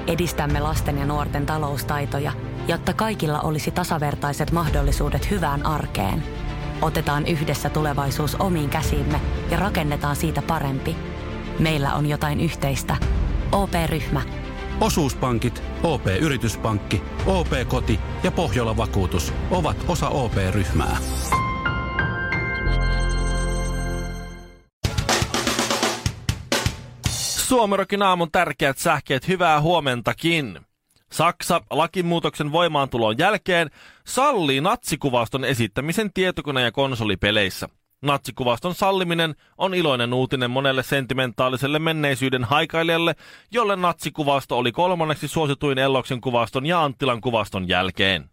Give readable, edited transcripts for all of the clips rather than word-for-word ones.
Edistämme lasten ja nuorten taloustaitoja, jotta kaikilla olisi tasavertaiset mahdollisuudet hyvään arkeen. Otetaan yhdessä tulevaisuus omiin käsiimme ja rakennetaan siitä parempi. Meillä on jotain yhteistä. OP-ryhmä. Osuuspankit, OP-yrityspankki, OP-koti ja Pohjola-vakuutus ovat osa OP-ryhmää. Suomirokin aamun tärkeät sähkeet, hyvää huomentakin. Saksa lakimuutoksen voimaantulon jälkeen sallii natsikuvaston esittämisen tietokone- ja konsolipeleissä. Natsikuvaston salliminen on iloinen uutinen monelle sentimentaaliselle menneisyyden haikailijalle, jolle natsikuvasto oli kolmanneksi suosituin Elloksen kuvaston ja Anttilan kuvaston jälkeen.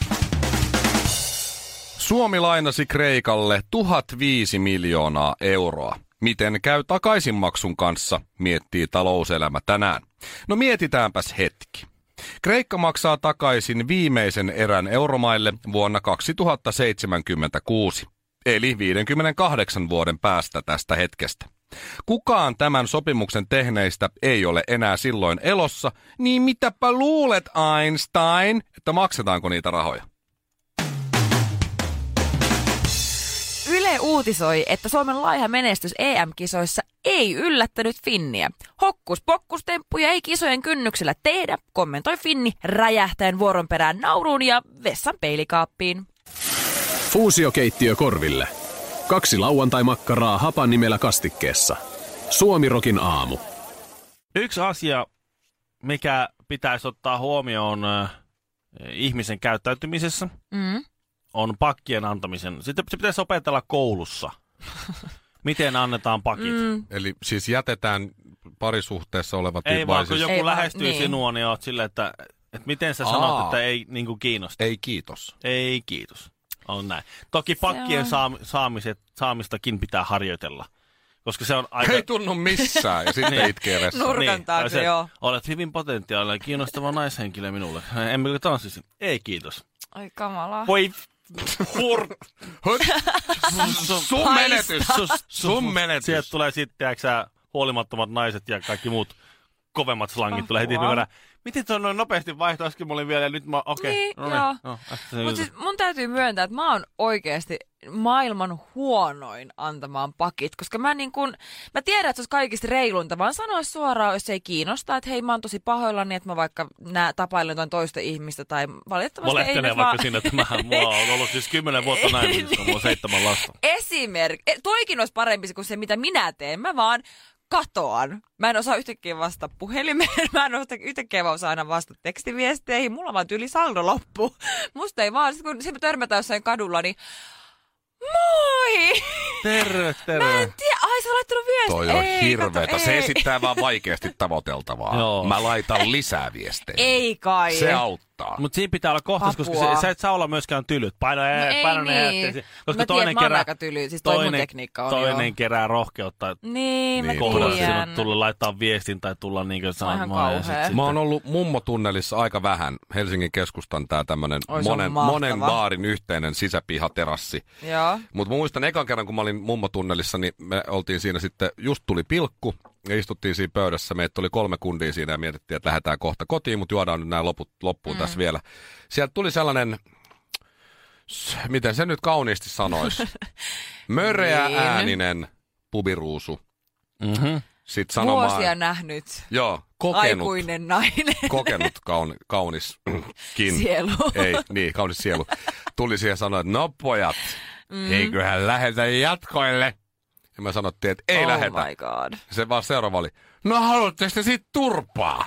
Suomi lainasi Kreikalle 1005 miljoonaa euroa. Miten käy takaisinmaksun kanssa, miettii talouselämä tänään. No mietitäänpäs hetki. Kreikka maksaa takaisin viimeisen erän euromaille vuonna 2076, eli 58 vuoden päästä tästä hetkestä. Kukaan tämän sopimuksen tehneistä ei ole enää silloin elossa, niin mitäpä luulet, Einstein, että maksetaanko niitä rahoja? Yle uutisoi, että Suomen laiha menestys EM-kisoissa ei yllättänyt Finniä. Hokkus-pokkustemppuja ei kisojen kynnyksellä tehdä, kommentoi Finni räjähtäen vuoron perään nauruun ja vessan peilikaappiin. Fuusiokeittiö korville. 2 lauantai-makkaraa hapan nimellä kastikkeessa. Suomirokin aamu. Yksi asia, mikä pitäisi ottaa huomioon ihmisen käyttäytymisessä, on pakkien antamisen. Sitten se pitäisi opetella koulussa. Miten annetaan pakit? Eli siis jätetään parisuhteessa olevat... Ei vaan, kun joku ei lähestyy niin. sinua, niin oot silleen, että miten sä sanot, että ei niinku kiinnosta. Ei kiitos. Ei kiitos. On näin. Toki pakkien saamistakin pitää harjoitella. Koska se on aika... Ei tunnu missään ja sitten itkee vessaan. Nurkan taakse, joo. Olet hyvin potentiaalinen, kiinnostava naishenkilö minulle. Emmekö tanssisi? Ei kiitos. Ai kamalaa. Voi... Sun menetys. Sieltä tulee sitten, huolimattomat naiset ja kaikki muut kovemmat slangit tulee heti ymmärrä. Miten tuo noin nopeasti vaihtoi? Äsken mä olin vielä ja nyt mä... Okei. Niin, no joo. No, mutta siis mun täytyy myöntää, että mä oon oikeasti maailman huonoin antamaan pakit, koska mä tiedän, että se olisi kaikista reilunta, vaan sanoa suoraan, jos ei kiinnosta, että hei, mä oon tosi pahoillani, että mä vaikka tapailen jotain toista ihmistä, tai valitettavasti ei nyt vaikka siinä, että mulla on ollut siis 10 vuotta näin, koska mulla on 7 lasta. Toikin olisi parempi kuin se, mitä minä teen. Mä vaan katoan. Mä en osaa yhtäkkiä vastata puhelimeen, mä en yhtäkkiä osaa aina vastata tekstiviesteihin, mulla vaan tyyli saldo loppu. Musta ei vaan, kun se törmätään jossain kadulla, niin moi! Terve. Mä en tiedä, ai sä oot laittanut viestiä. Toi on hirveetä. Se esittää vaan vaikeasti tavoiteltavaa. Joo. Mä laitan lisää viestejä. Ei kai. Se auttaa. Mutta siinä pitää olla kohtaus, koska sä et saa olla myöskään tylyt. Paina niin. Koska toinen kerää... aika tyly, siis toi mun tekniikka on toinen kerää rohkeutta. Niin, mä kohdassa tiedän. sinut tulla laittaa viestin tai tulla niinkö sanomaan. Mä oon ollut mummotunnelissa aika vähän. Helsingin keskustan tää tämmönen monen baarin yhteinen sisäpihaterassi. Joo. Mutta mä muistan ekan kerran, kun mä olin mummotunnelissa, niin me oltiin siinä sitten, just tuli pilkku ja istuttiin siinä pöydässä. Meitä oli 3 kundia siinä ja mietittiin, että lähdetään kohta kotiin, mutta juodaan nyt nämä loppuun tässä vielä. Sieltä tuli sellainen, miten se nyt kauniisti sanoisi, möreä ääninen pubiruusu. Sitten sanomaan, vuosia nähnyt. Joo, aikuinen nainen. Kokenut kauniskin. Sielu. Ei, niin, kaunis sielu. Tuli siihen sanoa, että no pojat, eiköhän lähetä jatkoille. Ja me sanottiin, että ei lähetä. Oh my god. Se vaan seuraava oli, no haluatteko te sit turpaa?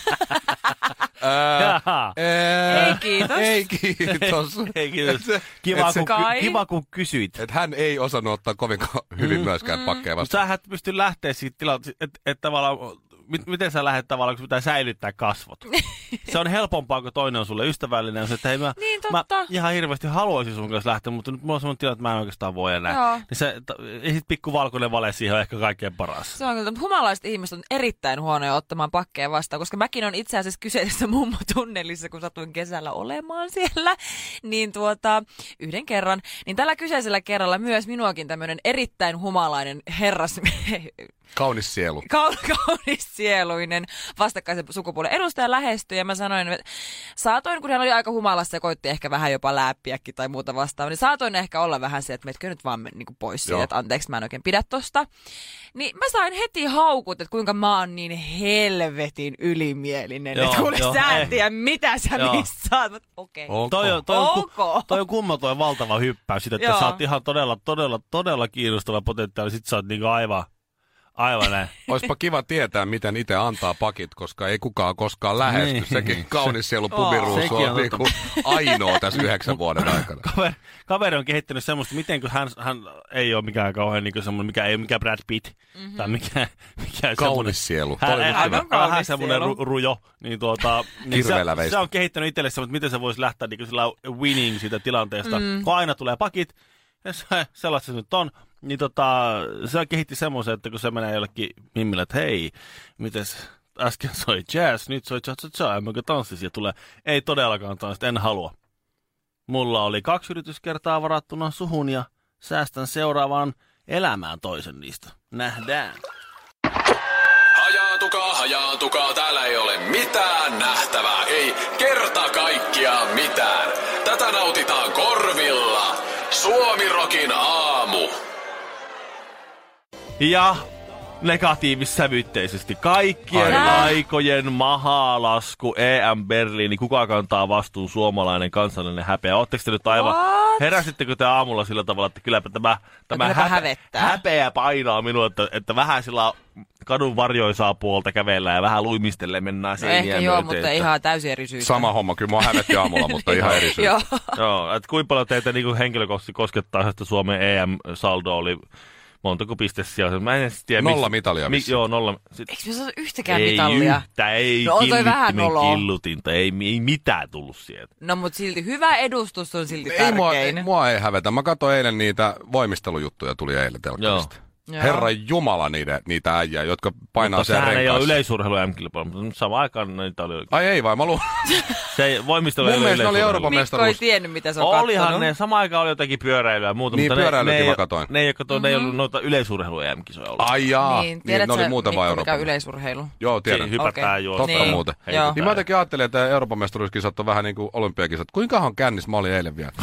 Ei kiitos. Ei kiitos. Ei kiitos. Kiva kun kysyit. Että hän ei osannut ottaa kovin hyvin myöskään pakkeja vastaan. Mutta sä et pysty lähteä siitä tilanteesta, että tavallaan... Miten sä lähdet tavallaan, kun pitää säilyttää kasvot? Se on helpompaa, kun toinen on sulle ystävällinen. Että hei, mä ihan hirveästi haluaisin sun kanssa lähteä, mutta nyt mulla on sellainen tilanne, että mä en oikeastaan voi enää. Niin se, ja sit pikku valkoinen vale siihen on ehkä kaikkein paras. Se on kyllä, mutta humalaiset ihmiset on erittäin huonoja ottamaan pakkeja vastaan, koska mäkin on itse asiassa kyseisessä mummotunnelissa, kun satuin kesällä olemaan siellä, niin yhden kerran, niin tällä kyseisellä kerralla myös minuakin tämmöinen erittäin humalainen herras... Kaunis sielu. Kaunis kaunisieluinen vastakkaisen sukupuolen edustaja lähestyi ja mä sanoin, että saatoin, kun hän oli aika humalassa ja koitti ehkä vähän jopa läppiäkin tai muuta vastaavaa, niin saatoin ehkä olla vähän se, että metkö nyt vaan niin kuin pois siitä, että anteeksi mä en oikein pidä tosta. Niin mä sain heti haukut, että kuinka mä oon niin helvetin ylimielinen, että kuule sä en tiedä mitä sä niistä saat. Okei. Toi on kumma toi valtava hyppäys siitä, että sä oot ihan todella kiinnostava potentiaali, sit sä oot niinku aivan näin. Oispa kiva tietää, miten itse antaa pakit, koska ei kukaan koskaan lähesty. Niin. Sekin kaunis sielu pubiruusu on niinku ainoa tässä 9 vuoden aikana. Kaveri on kehittänyt semmoista, miten kun hän ei ole mikään kauhean niinku semmoinen, mikä ei ole mikään Brad Pitt, tai mikä kaunis sielu. Vähän semmoinen rujo. Niin niin se on kehittänyt itselle semmoista, miten se voisi lähteä niinku sillä winning siitä tilanteesta. Kun aina tulee pakit, ja sellaista se nyt on. Niin se kehitti semmoisen, että kun se menee jollekin mimmille, että hei, mites äsken soi jazz, nyt soi cha-cha-cha, emmekö tanssisi ja tulee, ei todellakaan tanssit, en halua. Mulla oli 2 yrityskertaa varattuna suhun ja säästän seuraavaan elämään toisen niistä. Nähdään. Hajaantukaa, täällä ei ole mitään nähtävää, ei kerta kaikkiaan mitään. Tätä nautitaan korvilla. Suomi-rokin aamu. Ja negatiivissävytteisesti kaikkien aikojen mahalasku EM Berliini. Kuka kantaa vastuun suomalainen kansallinen häpeä? Ootteko te nyt aivan... Heräsittekö te aamulla sillä tavalla, että kylläpä tämä häpeä painaa minua, että vähän sillä kadun varjoisaa puolta kävellään ja vähän luimistelle mennään sen ehkä joo, mutta ihan täysin eri syystä. Sama homma, kyllä mua hävetti aamulla, mutta ihan eri syystä. Joo, että kuinka paljon teitä niin henkilökohtaisesti koskettaa, että Suomen EM-saldo oli... Montako pistessä siellä? Mä en tiedä. 0 mitalia missä? Joo, 0. Eikö me saa yhtäkään mitalia? Ei killutinta, ei mitään tullut sieltä. No mut silti hyvä edustus on silti tärkein. Mua ei hävetä. Mä katsoin eilen niitä voimistelujuttuja, tuli eilen telkkarista. Herran jumala niitä äijää, jotka painaa sen renkaassa. Mutta sehän ei ole yleisurheilu M-kilpailu, mutta samaan aikaan niitä oli... Ai ei vai, mä luulen. Se voimistelu ei ole yleisurheilu. Oli Euroopan mestaruus. Mikko ei tiennyt, mitä se on kattonut. Olihan ne, samaan aikaan oli jotakin pyöräilyä ja muuta. Niin, mutta pyöräilykin mä katoin. Ne ei ollut noita yleisurheilu EM-kisoja ollut. Ai jaa, niin ne oli muuta vai Euroopan. Mikä on yleisurheilu? Joo, tiedän. Hypätään juosta. Totta muuten. Niin mä jotenkin ajattelin, että Euroopan mestaruuskisat on vähän niin kuin olympiakisat. Kuinkahan kännis mä olin eilen vielä?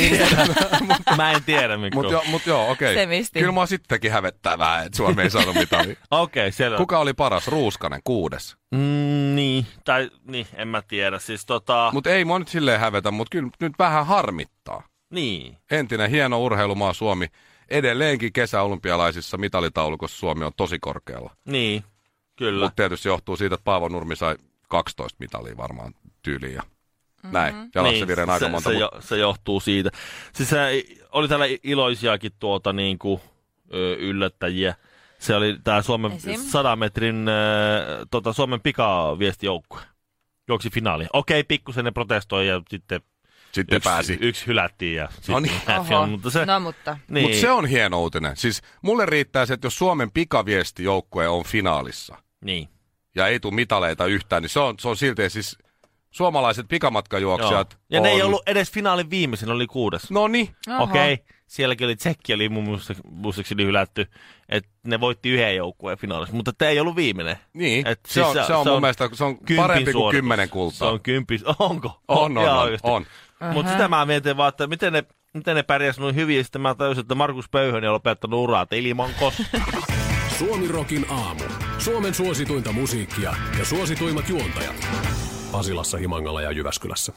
Mä en tiedä, Mikko. Mut joo, okei. Kyllä mua sittenkin hävettää vähän, että Suomi ei saanut mitään. Okei, selvä. Kuka oli paras? Ruuskanen, 6. Niin, en mä tiedä. Siis Mut ei mua nyt silleen hävetä, mut kyllä nyt vähän harmittaa. Niin. Entinen hieno urheilumaa Suomi. Edelleenkin kesäolympialaisissa mitalitaulukossa Suomi on tosi korkealla. Niin, kyllä. Mutta tietysti johtuu siitä, että Paavo Nurmi sai 12 mitalia varmaan tyyliin ja näin. Ja Lasse Viren aika monta. Se johtuu siitä. Siis oli täällä iloisiakin niinku yllättäjiä. Se oli tää Suomen 100 metrin Suomen pikaviestijoukkue. Juoksi finaaliin. Okei, pikkusen ne protestoi ja sitten pääsi. Yksi hylättiin ja mutta se on hieno uutinen. Siis mulle riittää se, että jos Suomen pikaviestijoukkue on finaalissa ja ei tule mitaleita yhtään, niin se on silti siis suomalaiset pikamatkajuoksijat. Ja ne ei ollut edes finaalin viimeisenä, oli 6. Noniin. Okei. Sielläkin oli Tsekki, oli mun muistaakseni hylätty, että ne voitti 1 joukkueen finaalissa, mutta tämä ei ollut viiminen. Niin, se on mun mielestä se on parempi kuin 10 kultaa. Se on 10, onko? On. Mutta sitä mä mietin vaan, että miten ne pärjäs noin hyvin, ja sitten mä tajusin, että Markus Pöyhönen on lopettanut uraa ilman koskaan. Suomi-rokin aamu. Suomen suosituinta musiikkia ja suosituimmat juontajat. Pasilassa, Himangalla ja Jyväskylässä.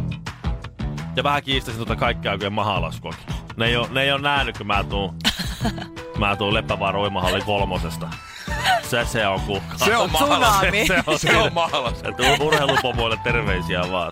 Ja vähän kiistäisin kaikkea aikojen mahalaskuakin. Ne ei ole nähnyt, kun mä tuun Leppävaara uimahalli 3. Se on kuhkaa. Se on tsunami. Se on mahalas. Urheilupomoille terveisiä vaan.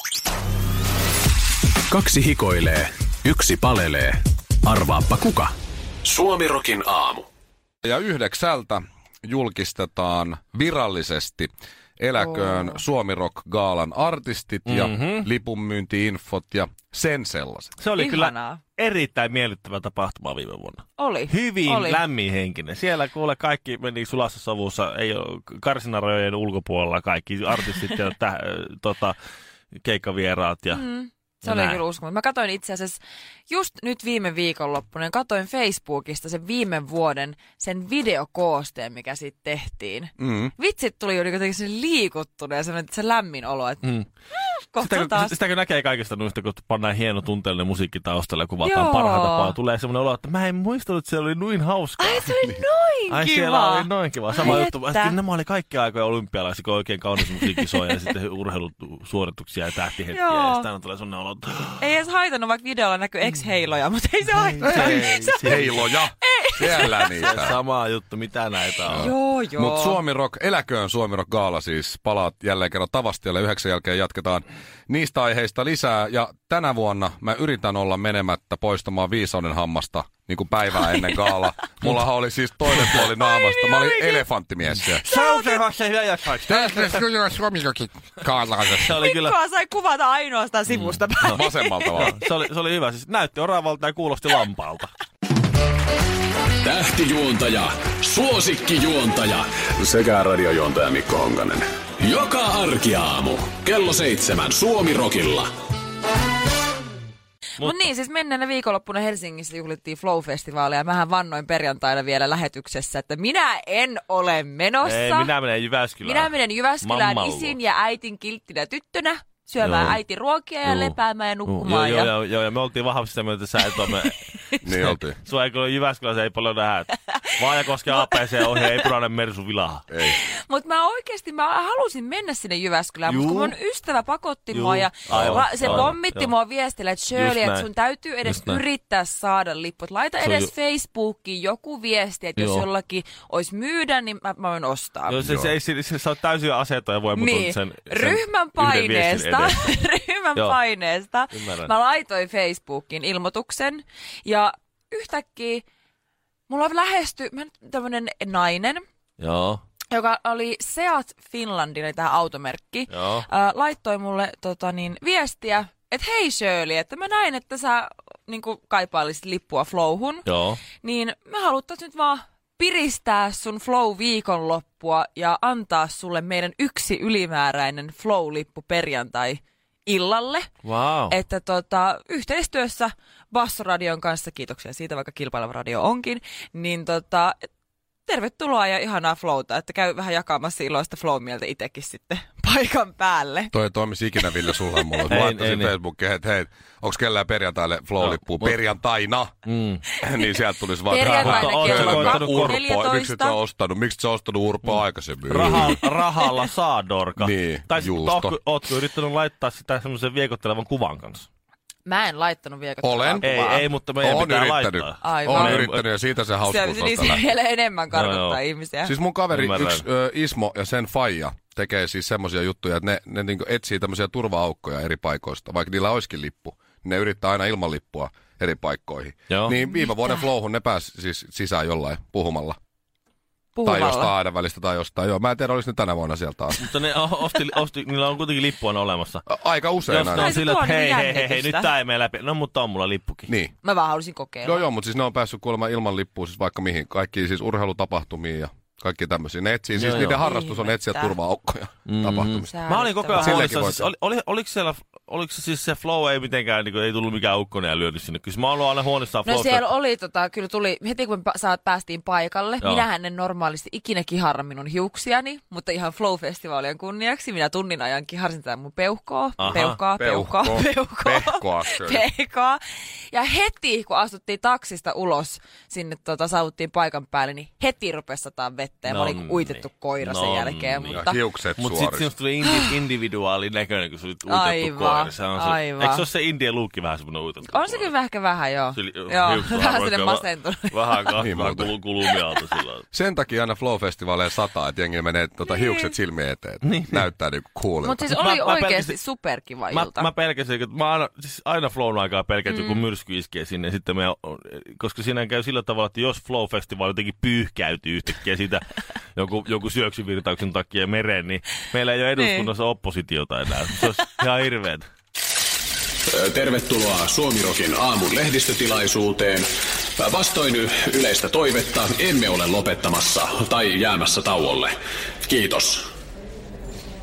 2 hikoilee, 1 palelee. Arvaappa kuka? Suomi-rokin aamu. Ja 9 julkistetaan virallisesti Eläköön Suomi-rock-gaalan artistit ja lipunmyynti-infot ja sen sellaiset. Se oli kyllä erittäin miellyttävä tapahtuma viime vuonna. Oli. Hyvin lämminhenkinen. Siellä kuule kaikki meni sulassa sovussa, ei ole karsinarajojen ulkopuolella kaikki artistit ja keikkavieraat ja Se oli kyllä uskomaton. Mä katsoin itse asiassa just nyt viime viikonloppuna, katsoin Facebookista sen viime vuoden sen videokoosteen, mikä siitä tehtiin. Vitsit tuli jotenkin se liikuttunut ja se lämmin olo, että Sitäkö näkee kaikista noista, kun pannaan hieno tunteellinen musiikki taustalle ja kuvataan parhaita tapaa. Tulee semmoinen olo, että mä en muistanut, että se oli noin hauskaa. Ai se oli noin Ai kiva. siellä oli noin kiva. Sama juttu. Kyllä nämä oli kaikki aikoja olympialaisia, kun oikein kaunis musiikki soi ja sitten urheilusuorituksia ja tähtihetkiä. Ja sitten tulee semmoinen olo. Ei edes haitannut, vaikka videolla näkyy ex-heiloja, mutta ei se haitannut. Heiloja. Siellä niitä. Sama juttu, mitä näitä on. Joo. Mutta Suomi Rock, eläköön Suomi Rock Gaala siis. Palaat jälleen kerran Tavastialle 9 jälkeen jatketaan niistä aiheista lisää. Ja tänä vuonna mä yritän olla menemättä poistamaan viisauden hammasta niin kuin päivää ennen gaala. Mullahan oli siis toinen puoli naamasta. Mä olin elefanttimies siellä. Se oli kyllä. Mikkoa sai kuvata ainoastaan sivusta päin. Vasemmalta vaan. Se oli hyvä. Siis näytti oravalta ja kuulosti lampaalta. Tähtijuontaja, suosikkijuontaja sekä radiojuontaja Mikko Honkanen. Joka arkiaamu kello 7 Suomi Rockilla. Mutta niin, siis menneenä viikonloppuna Helsingissä juhlittiin Flow-festivaalia ja mähän vannoin perjantaina vielä lähetyksessä, että minä en ole menossa. Ei, minä menen Jyväskylään. Minä menen Jyväskylään isin ja äitin kilttinä tyttönä. Syömään äiti ruokia ja lepäämään ja nukkumaan. Joo, ja me oltiin vahvasti sitä myötä, että sä et ole... Niin oltiin. Sua ei kyllä Jyväskylässä ei paljon nähdä. Vaajakosken APC ohi, ei punainen Mersu vilaha. Mutta mä halusin mennä sinne Jyväskylään, mutta kun mun ystävä pakotti mua ja se pommitti mua viestillä, että Shirley, että sun täytyy edes yrittää saada lipput. Laita edes Facebookiin joku viesti, että jos jollakin olisi myydä, niin mä voin ostaa. Joo, se on täysin aseeton ja voimaton niin. sen Ryhmän paineesta. Mä laitoin Facebookiin ilmoituksen ja yhtäkkiä mulla lähestyi tämmönen nainen, joka oli Seat Finlandin, eli tämä automerkki, laittoi mulle viestiä, että hei Shirley, että mä näin, että sä niinku kaipailisit lippua Flowhun, niin me haluttaisiin nyt vaan piristää sun Flow-viikonloppua ja antaa sulle meidän yksi ylimääräinen Flow-lippu perjantai-illalle. Wow. Että yhteistyössä Bassoradion kanssa, kiitoksia siitä, vaikka kilpaileva radio onkin, niin tervetuloa ja ihanaa Flowta, että käy vähän jakamassa iloista Flow-mieltä itsekin sitten paikan päälle. Toi toimisi ikinä, Ville, sulla on mulla. Mä laittaisin Facebookiin, että hei, onko kellään perjantaille Flow-lippua perjantaina? Niin sieltä tulisi vaan Urpo, miksi et sä ostanut? Miksi et sä ostanut Urpoa aikaisemmin? Rahalla saa, Dorka. Niin, tai juusto. Ootko yrittänyt laittaa sitä semmoisen viekottelevan kuvan kanssa? Mä en laittanut viekottelevan kuvaa. Ei, mutta meidän pitää laittaa. Olen yrittänyt ja siitä se hauskuus on tällä. Vielä enemmän karkottaa ihmisiä. Siis mun kaveri Ismo ja sen faija tekee siis semmoisia juttuja, että ne niinku etsii tämmöisiä turva-aukkoja eri paikoista, vaikka niillä olisikin lippu. Ne yrittää aina ilman lippua eri paikkoihin. Niin viime vuoden Flowhun ne pääsi siis sisään jollain puhumalla. Tai jostain aidan välistä tai jostain. Joo, mä en tiedä, olis ne tänä vuonna sieltä taas. Mutta ne niillä on kuitenkin lippua olemassa. Aika usein jos aina. On sillä, että hei, nyt tää ei mene läpi. No, mutta on mulla lippukin. Niin. Mä vaan halusin kokeilla. Joo, mutta siis ne on päässyt kuulemma ilman lippua siis vaikka mihin. Kaikki siis urheilutapahtumiin ja kaikki tämmöisiä. Ne etsii, siis niiden harrastus on etsiä turva-aukkoja tapahtumista. Mä olin koko ajan huolissaan. Siis, oliko se siis se Flow ei mitenkään, niin ei tullut mikään ukkonen ja lyöty sinne? Kyllä mä oon ollut aina huolissaan Flowsta. No siellä oli, kyllä tuli, heti kun päästiin paikalle, minähän en normaalisti ikinä kiharra minun hiuksiani, mutta ihan Flow-festivaalien kunniaksi minä tunnin ajan kiharsin tätä mun peuhkoa. Ja heti, kun astuttiin taksista ulos, sinne saavuttiin paikan päälle, niin heti rupesi sataa vettä ja mä olin uitettu koira sen jälkeen. Mutta hiukset mutta sitten sinusta tuli individuaali näköinen, kun sä olit uitettu koira. Aivan. Eikö se ole se indien luukki vähän semmoinen uitettu koira? On se kyllä ehkä vähän, joo. Vähän sinne masentunut. Vähän kahvaa kulumialta silloin. Sen takia aina Flow-festivaaleja sataa, että jengi menee hiukset silmien eteen. Näyttää niinku coolilta. Mutta siis oli oikeasti superkiva ilta. Mä pelkäsin, että mä aina Flown aikaa pelkään, kun myrsky iskee sinne. Sitten koska siinä käy sillä tavalla, että jos Flow-festivaali jotenkin pyyhkäytyy yhtäkkiä siitä joku syöksyvirtauksen takia mereen, niin meillä ei ole eduskunnassa oppositiota enää. Se olisi ihan hirveetä. Tervetuloa Suomi Rockin aamun lehdistötilaisuuteen. Vastoin yleistä toivetta emme ole lopettamassa tai jäämässä tauolle. Kiitos.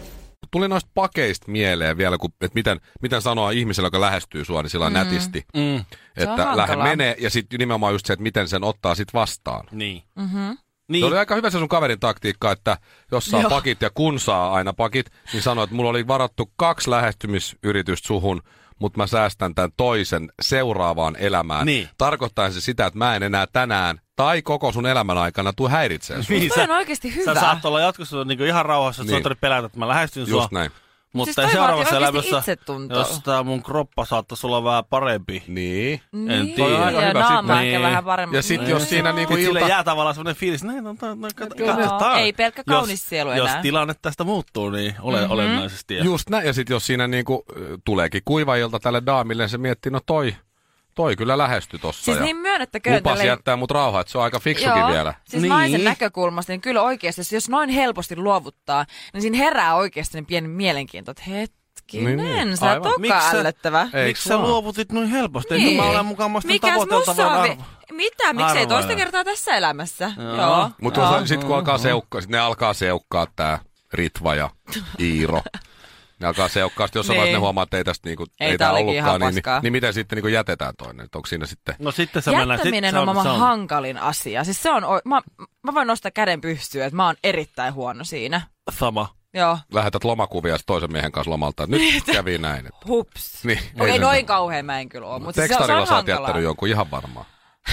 tuli noista pakeista mieleen vielä, että miten sanoa ihmiselle, joka lähestyy sua, niin sillä nätisti. Että lähde menee, ja sitten nimenomaan just se, että miten sen ottaa sit vastaan. Niin. Se oli aika hyvä se sun kaverin taktiikka, että jos saa pakit ja kun saa aina pakit, niin sanoi, että mulla oli varattu 2 lähestymisyritystä suhun, mutta mä säästän tämän toisen seuraavaan elämään. Niin. Tarkoittaa se sitä, että mä en enää tänään tai koko sun elämän aikana tuu häiritsee sua. Niin, se on oikeasti hyvä. Sä saat olla jatkossa niinku ihan rauhassa, että sä oot pelätä, että mä lähestyn sua. Just näin. Mutta siis seuraavassa elämässä, jos tää mun kroppa saattaisi olla vähän parempi. Niin. En tiedä. Ja naama ehkä vähän paremmin. Ja sit jos siinä niinku Sille jää tavallaan semmonen fiilis, katsotaan. Ei pelkkä kaunis sielu enää. Jos tilanne tästä muuttuu, niin olennaisesti. Just näin. Ja sit jos siinä niinku tuleekin kuivailta tälle daamille, se miettii, no toi kyllä lähestyi tossa. Siis niin myönnettäköön. Lupas jättää mut rauhaa, että se on aika fiksukin vielä. Siis naisen näkökulmasta, niin kyllä oikeasti, jos noin helposti luovuttaa, niin siinä herää oikeasti niin pieni mielenkiinto, että hetkinen, sä oot ällöttävä. Miksi sä luovutit noin helposti? Niin. Mä olen mukaamasti tavoiteltavaa Mitä? Miksei toista kertaa tässä elämässä? Joo. Mutta sit kun ne alkaa seukkaa tää Ritva ja Iiro. Ne alkaa seukkaa, jos vaiheessa ne huomaa, että ei tästä niinku, ei tää ollutkaan, niin miten sitten niinku jätetään toinen? Onko siinä sitten? No sitten se jättäminen on maailman hankalin asia. Siis se on, mä voin nostaa käden pystyyn, että mä oon erittäin huono siinä. Sama. Joo. Lähetät lomakuvia toisen miehen kanssa lomalta. Nyt kävi näin. Että... Hups. Niin, okei, noin kauhean mä en kyllä ole. Mutta tekstarilla se on sä oot jättänyt jonkun ihan varmaan.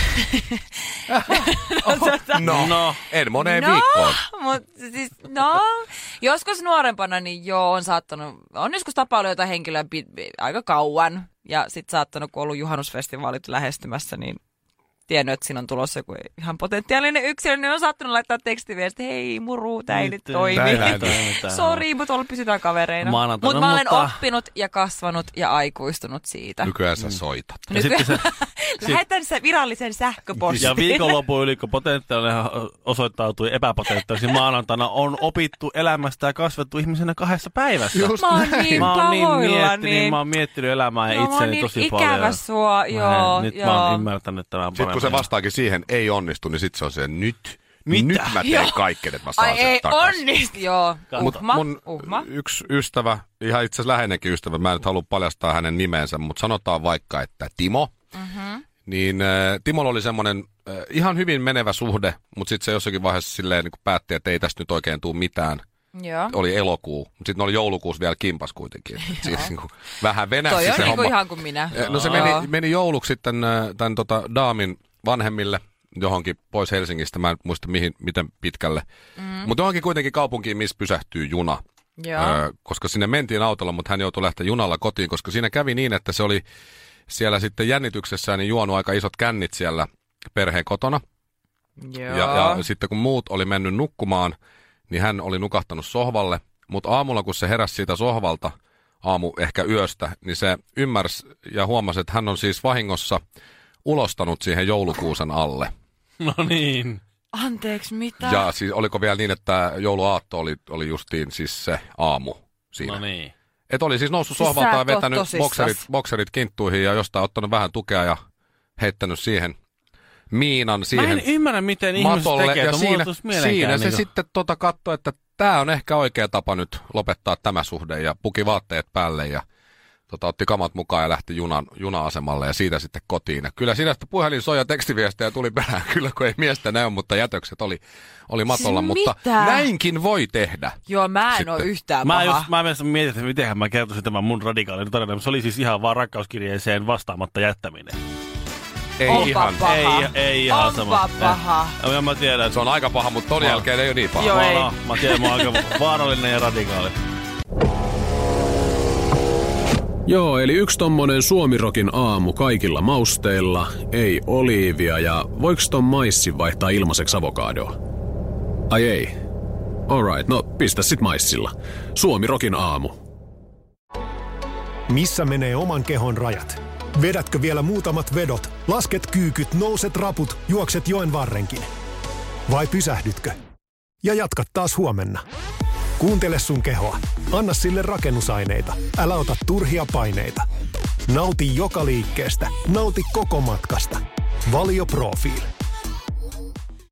En moneen viikkoon. Siis, joskus nuorempana niin on joskus tapaillut jotain henkilöä aika kauan. Ja sit saattanut, kun on ollut juhannusfestivaalit lähestymässä, niin tiennyt, että siinä on tulossa joku ihan potentiaalinen yksilö, niin on saattanut laittaa tekstiviestiä, että hei muru, tää ei nyt toimi. Sori, mutta pysytään kavereina. Mutta mä olen oppinut ja kasvanut ja aikuistunut siitä. Nykyään sä soitat. Lähetän virallisen sähköpostin. Ja viikonlopun yli, kun potentiaalinen osoittautui epäpotentiaalisesti maanantaina, on opittu elämästä ja kasvettu ihmisenä 2 päivässä. Mä oon miettinyt elämää ja itseni tosi paljon. Ikävä sua, joo. Nyt mä oon ymmärtänyt tämän paremmin. Kun se vastaakin siihen, ei onnistu, niin sitten se on se nyt mä teen kaiken, että mä saan sen ei takaisin. Onnistu, joo. Mun yksi ystävä, ihan itse asiassa läheinenkin ystävä, mä en nyt halua paljastaa hänen nimensä, mutta sanotaan vaikka, että Timo. Niin Timolla oli semmoinen ihan hyvin menevä suhde, mutta sitten se jossakin vaiheessa silleen niin päätti, että ei tästä nyt oikein tule mitään. Joo. Oli elokuu, mutta sitten oli joulukuussa vielä kimpas kuitenkin. Siis niin vähän venähti se homma. Toi on niin ihan kuin minä. No se meni jouluksi sitten tämän daamin vanhemmille johonkin pois Helsingistä. Mä en muista miten pitkälle. Mutta johonkin kuitenkin kaupunkiin, missä pysähtyy juna. Koska sinne mentiin autolla, mutta hän joutui lähteä junalla kotiin, koska siinä kävi niin, että se oli siellä sitten jännityksessään niin juonut aika isot kännit siellä perheen kotona. Ja sitten kun muut oli mennyt nukkumaan, niin hän oli nukahtanut sohvalle, mutta aamulla kun se heräsi siitä sohvalta, ehkä yöstä, niin se ymmärsi ja huomasi, että hän on siis vahingossa ulostanut siihen joulukuusen alle. No niin. Anteeksi, mitä? Ja siis oliko vielä niin, että jouluaatto oli justiin siis se aamu siinä. No niin. Että oli siis noussut sohvalta ja vetänyt bokserit kinttuihin ja jostain ottanut vähän tukea ja heittänyt siihen miinan siihen matolle. Mä en ymmärrä, miten ihmiset tekee, ja siinä se sitten katsoi, että tämä on ehkä oikea tapa nyt lopettaa tämä suhde ja puki vaatteet päälle ja otti kamat mukaan ja lähti juna-asemalle ja siitä sitten kotiin. Ja kyllä siinä sitten puhelin soi ja tekstiviestejä tuli perään, kyllä kun ei miestä näy, mutta jätökset oli matolla, siis mutta näinkin voi tehdä. Joo, mä en ole yhtään paha. Mä mietin, että mitenhän mä kertoisin tämän mun radikaalinen tarina, se oli siis ihan vaan rakkauskirjeeseen vastaamatta jättäminen. Ei ihan sama. Paha. Ja mä tiedän, että se on aika paha, mutta ton jälkeen ei ole niin paha. Joo, ei. Mä tiedän, mä oon aika vaarallinen ja radikaali. Joo, eli yksi tommonen Suomirokin aamu kaikilla mausteilla, ei oliivia ja voiks ton maissin vaihtaa ilmaiseksi avokadoa? Ai ei. Alright, no pistä sit maissilla. Suomirokin aamu. Missä menee oman kehon rajat? Vedätkö vielä muutamat vedot, lasket kyykyt, nouset raput, juokset joen varrenkin? Vai pysähdytkö? Ja jatkat taas huomenna. Kuuntele sun kehoa. Anna sille rakennusaineita. Älä ota turhia paineita. Nauti joka liikkeestä. Nauti koko matkasta. Valio Profiil.